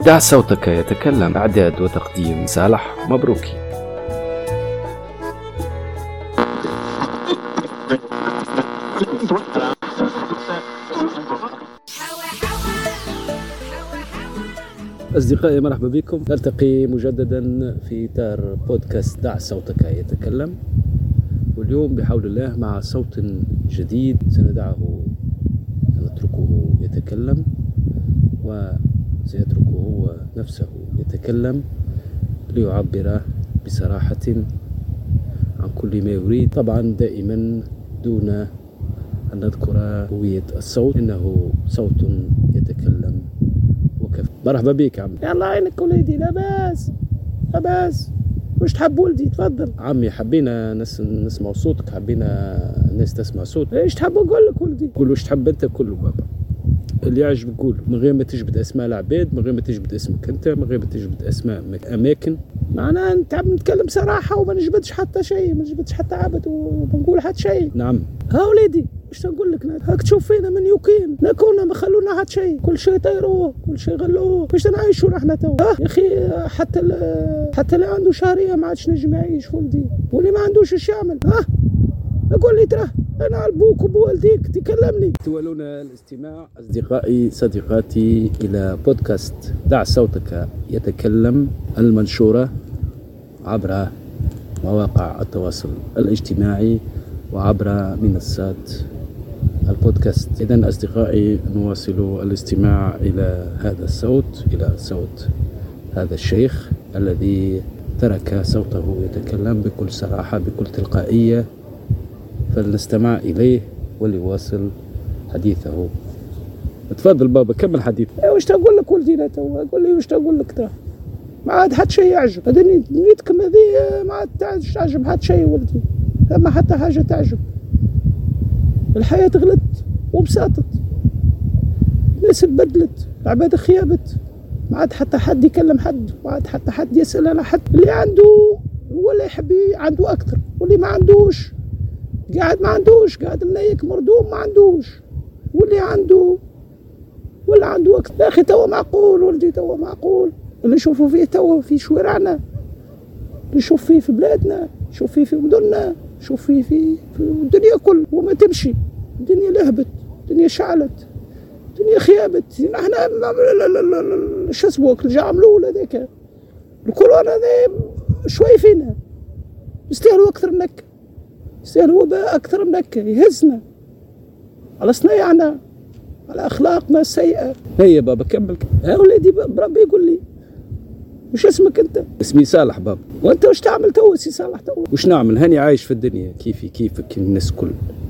دع صوتك يتكلم. إعداد وتقديم صالح مبروكي. أصدقائي مرحبا بكم، نلتقي مجددا في إطار بودكاست دع صوتك يتكلم، واليوم بحول الله مع صوت جديد سنتركه يتكلم وسيتركه هو نفسه يتكلم ليعبر بصراحة عن كل ما يريد، طبعا دائما دون أن نذكر هوية الصوت، إنه صوت يتكلم وكفى. مرحبا بك عمي. يلا عينك وليدي. لا باس وش تحب ولدي؟ تفضل عمي، حبينا نسمع صوتك، حبينا الناس تسمع صوتك. ايش تحب اقول لك ولدي؟ قول وش تحب انت، كله بابا اللي يعجبك قول، من غير ما تجبد اسماء العباد، من غير ما تجبد اسمك انت، من غير ما تجبد اسماء اماكن. معناها انت عم نتكلم صراحه وما نجبدش حتى شيء، ما نجبدش حتى عبد وبنقول حتى شيء. نعم ها وليدي، ايش نقول لك؟ هاك تشوف فينا من يوكين نكون ما خلونا حتى شيء، كل شيء طيروه، كل شيء غلوه، باش نعيشوا نحن تو. يا اخي حتى اللي عنده شهريه ما عادش نجم يعيش ولدي، واللي ما عندوش ايش يعمل؟ اقول لي ترى انا ابوك وبوالديك تكلمني. تولون الاستماع أصدقائي صديقاتي إلى بودكاست دع صوتك يتكلم، المنشورة عبر مواقع التواصل الاجتماعي وعبر منصات البودكاست. إذن أصدقائي نواصل الاستماع إلى هذا الصوت، إلى صوت هذا الشيخ الذي ترك صوته يتكلم بكل صراحة بكل تلقائية، فلنستمع إليه وليواصل حديثه. تفضل بابا كمل حديث. وش تقول لك ولدي؟ لا تو قول لي وش تقول لك ترى ما عاد حد شيء يعجب. هذه نيتكم هذه ما عاد تعجب حد شيء ولدي، ما حتى حاجة تعجب. الحياة غلت وبساطت، الناس تبدلت، العباد خيابت، ما عاد حتى حد يكلم حد، ما عاد حتى حد يسأل على حد. اللي عنده ولا يحب عنده أكثر، واللي ما عندوش قاعد منيك مردوم ما عندوش، واللي عنده ولا عنده أكثر. يا أخي توا معقول ولدي، توا معقول اللي نشوفوا فيه توا في شوارعنا، اللي نشوف فيه في بلادنا، نشوف فيه في مدننا، نشوف فيه في الدنيا كل. وما تمشي الدنيا لهبت، الدنيا شعلت، الدنيا خيابت. نحن شو اسمه اللي جا عملوه هذاك الكورونا ذا شوي فينا، يستاهلوا أكثر منك، يستاهلوا وباء أكثر منك، يهزنا على صنايعنا، على أخلاقنا السيئة. هيا بابا كمل. يا ولدي بربي يقول لي وش اسمك أنت؟ اسمي صالح بابا. وأنت وش تعمل تو سي صالح تو؟ وش نعمل؟ هاني عايش في الدنيا كيفك الناس كل.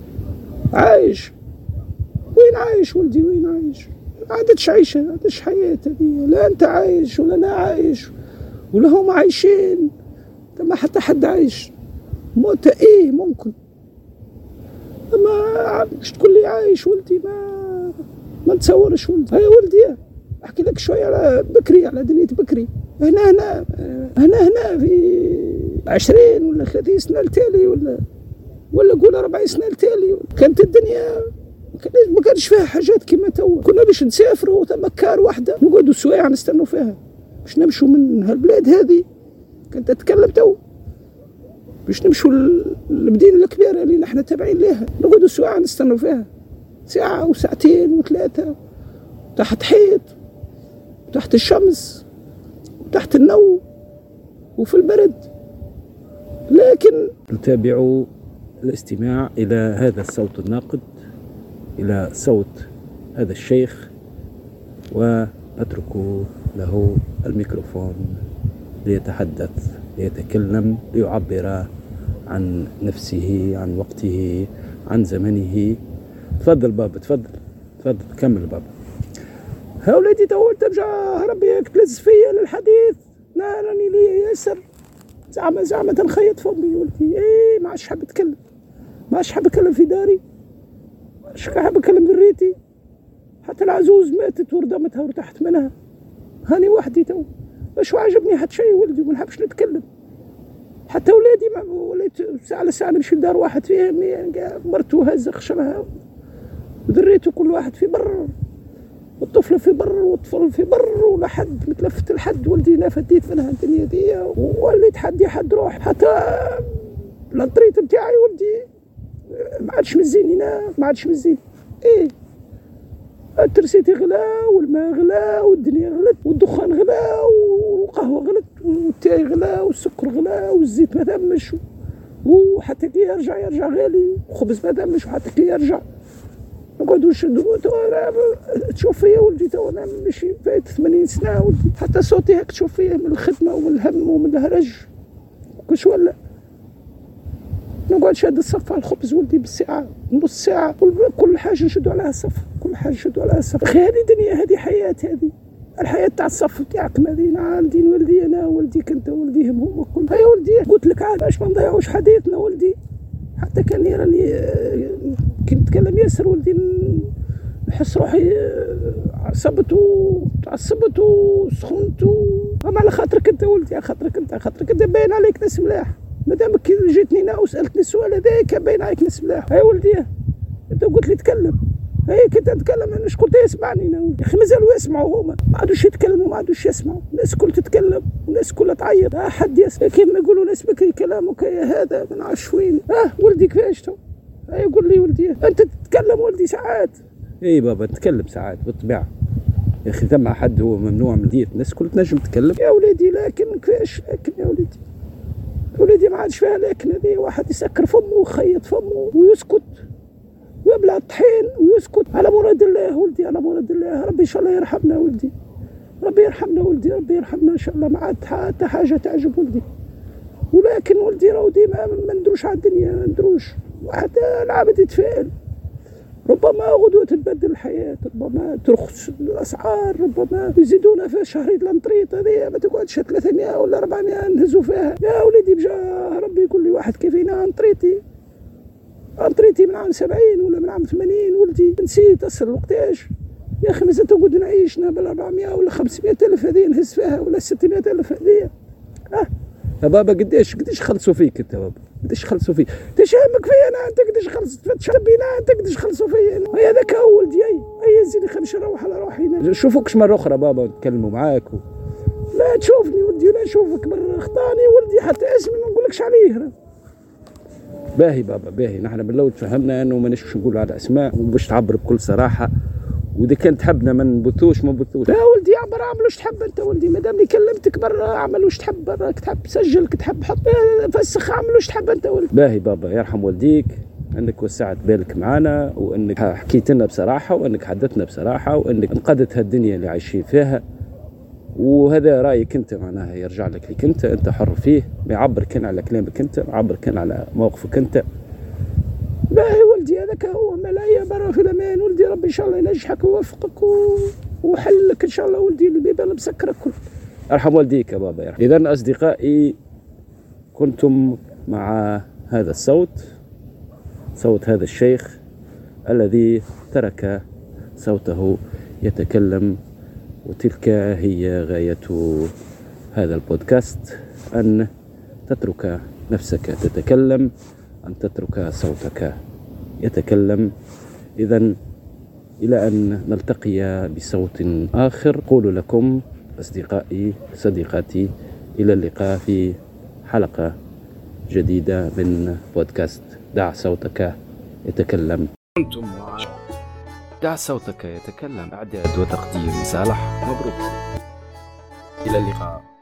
عايش وين عايش ولدي؟ وين عايش؟ عادتش عيشة، عادتش حياة هذه. لا أنت عايش ولا أنا عايش ولا هم عايشين، ما حتى حد عايش. موت إيه ممكن، أما مش تقول لي عايش ولدي، ما نتصورش ولدي. هيا ولدي أحكي لك شوية على بكري، على دنيا بكري. هنا في 20 ولا 30 سنة التالي ولا قول 40 سنة التالي كانت الدنيا ما كانش فيها حاجات كما توا. كنا باش نسافروا ثم كار واحدة نقعدوا سوايع نستنوا فيها باش نمشوا من هالبلاد هذه. كنت أتكلم تو باش نمشوا المدينة الكبيرة اللي نحن تابعين لها، نقعدوا سوايع نستنوا فيها ساعة وساعتين وثلاثة، تحت حيط، تحت الشمس، تحت النو، وفي البرد. لكن نتابع الاستماع إلى هذا الصوت الناقد، إلى صوت هذا الشيخ، ونترك له الميكروفون ليتحدث، ليتكلم، ليعبر عن نفسه، عن وقته، عن زمنه. تفضل بابا، تفضل كمل بابا. ها ولادي تو ترجع ربي تلز فيا للحديث، لا راني لي ياسر زعما تنخيط فمي ولدي. ما عادش حاب اتكلم، ما عادش حاب اتكلم في داري، ما عادش حاب اتكلم ذريتي. حتى العزوز ماتت وردمتها وارتحت منها، هاني وحدي تو باش عجبني حتى شيء ولدي، وما نحبش نتكلم. حتى ولادي ما وليت ساعة لساعة نمشي لدار واحد فيهم، مرته هزة خشمها وذريته كل واحد في بر، والطفل في بر والطفل في بر، ولا حد متلفت لحد ولدي. انا فديت منها الدنيا دي ووليت حد حد روح. حتى الانطريط بتاعي ولدي ما عادش مزيني، ما عادش مزيني. ايه الترسيتي غلا، والماء غلا، والدنيا غلت، والدخان غلا، والقهوه غلت، والتاي غلا، والسكر غلا، والزيت ما ثمش، وحتى كي يرجع غالي، وخبز ما ثمش، وحتى كي يرجع نقعدوا نشدوا. تشوف فيا ولدي تو انا ماشي فايت 80 سنه ولدي، حتى صوتي هاك تشوف فيه من الخدمه ومن الهم ومن الهرج كلش. ولا نقعد شاد الصف على الخبز ولدي بالساعه نص ساعه، كل حاجه نشدوا عليها الصف، كل حاجه نشدوا عليها الصف. اخي هذه دنيا، هذه حياه، هذه الحياه تاع الصف تاعكم هذه. عالدين ولدي انا ولديك انت ولديهم هما كل. هيا ولدي قلت لك عاد باش ما نضيعوش حديثنا ولدي. حتى كان يراني كي نتكلم ياسر ولدي نحس روحي تعصبت وسخنت. اما على خاطرك انت ولدي، على خاطرك انت باين عليك ناس ملاح. مادام كي جيتني انا وسالتني السؤال هذاك باين عليك ناس ملاح. هاي ولدي انت قلت لي تكلم، هاي كنت نتكلم انا شكون يسمعني انا ولدي. يا اخي مازالوا يسمعوا هما، ما عادوش يتكلموا، ما عادوش يسمعوا. الناس كل تتكلم والناس كلها تعيط. حد يسمع كيما يقولوا ناس بكري كلامك يا هذا ما نعرفش وين. ولدي كيفاش تو؟ هاي قول لي ولدي انت تتكلم ولدي ساعات. اي بابا نتكلم ساعات بالطبيعه يا اخي. ثم حد هو ممنوع من ديت؟ الناس كل تنجم تتكلم يا ولدي، لكن كيفاش؟ لكن يا ولدي ما عادش فيها لكن. هذه واحد يسكر فمه ويخيط فمه ويسكت ويبلع الطحين ويسكت على مراد الله ولدي، على مراد الله. ربي ان شاء الله يرحمنا ولدي، ربي يرحمنا ولدي، ربي يرحمنا ان شاء الله. ما عاد حتى حاجه تعجب ولدي. ولكن ولدي راهو ديما ما ندروش على الدنيا، ما ندروش. وحتى العبد يتفائل، ربما غدوة تتبدل الحياة، ربما ترخص الأسعار، ربما يزيدونا في شهرية الانطريط هذه ما تقعدش 300 ولا 400 نهزوا فيها. يا وليدي بجاه ربي يقول لي واحد كيفينا انطريتي من عام 70 ولا من عام 80 ولدي نسيت أصل وقتاش. يا أخي مازال تقعد نعيشنا بال 400 ولا 500 ألف هذه نهز فيها ولا 600 ألف هذه. يا بابا قديش خلصوا فيك انت بابا؟ قديش خلصوا فيك؟ تشهمك فيا انا؟ انت قديش خلصت فتش بينا؟ انت قديش خلصوا فيا انا؟ هي هذاك هو ولدي. اي زيد خمس نروح على روحي انا. نشوفوكش مره اخرى بابا ونتكلموا معاك لا تشوفني ولدي ولا نشوفك مره. اخطاني ولدي حتى اسمي ما نقولكش عليه. باهي بابا باهي. نحن من الاول تفهمنا انه ما نشوفش نقولوا على اسماء وباش تعبر بكل صراحه، واذا كان تحبنا ما نبثوش. لا ولدي عبر، اعمل واش تحب انت ولدي. مادام لي كلمتك برا اعمل واش تحب برا. تحب سجل، تحب حط فسخ، اعمل واش تحب انت ولدي. باهي بابا يرحم والديك انك وسعت بالك معنا، وانك حكيت لنا بصراحه، وانك حدثنا بصراحه، وانك انقذت هالدنيا اللي عايشين فيها. وهذا رايك انت، معناها يرجع لك ليك انت حر فيه. ما يعبر كان على كلامك انت، يعبر كان على موقفك انت. باهي ولدي هذاك هو ملايا برا في الامان ولدي. ربي ان شاء الله ينجحك ويوفقك وحلك ان شاء الله ولدي البيبان مسكره كل. ارحم والديك يا بابا يرحم. اذا اصدقائي كنتم مع هذا الصوت، صوت هذا الشيخ الذي ترك صوته يتكلم. وتلك هي غاية هذا البودكاست، أن تترك نفسك تتكلم، أن تترك صوتك يتكلم. إذن إلى أن نلتقي بصوت آخر، أقول لكم أصدقائي صديقاتي إلى اللقاء في حلقة جديدة من بودكاست دع صوتك يتكلم. كنتم دع صوتك يتكلم. إعداد وتقديم صالح مبروك. إلى اللقاء.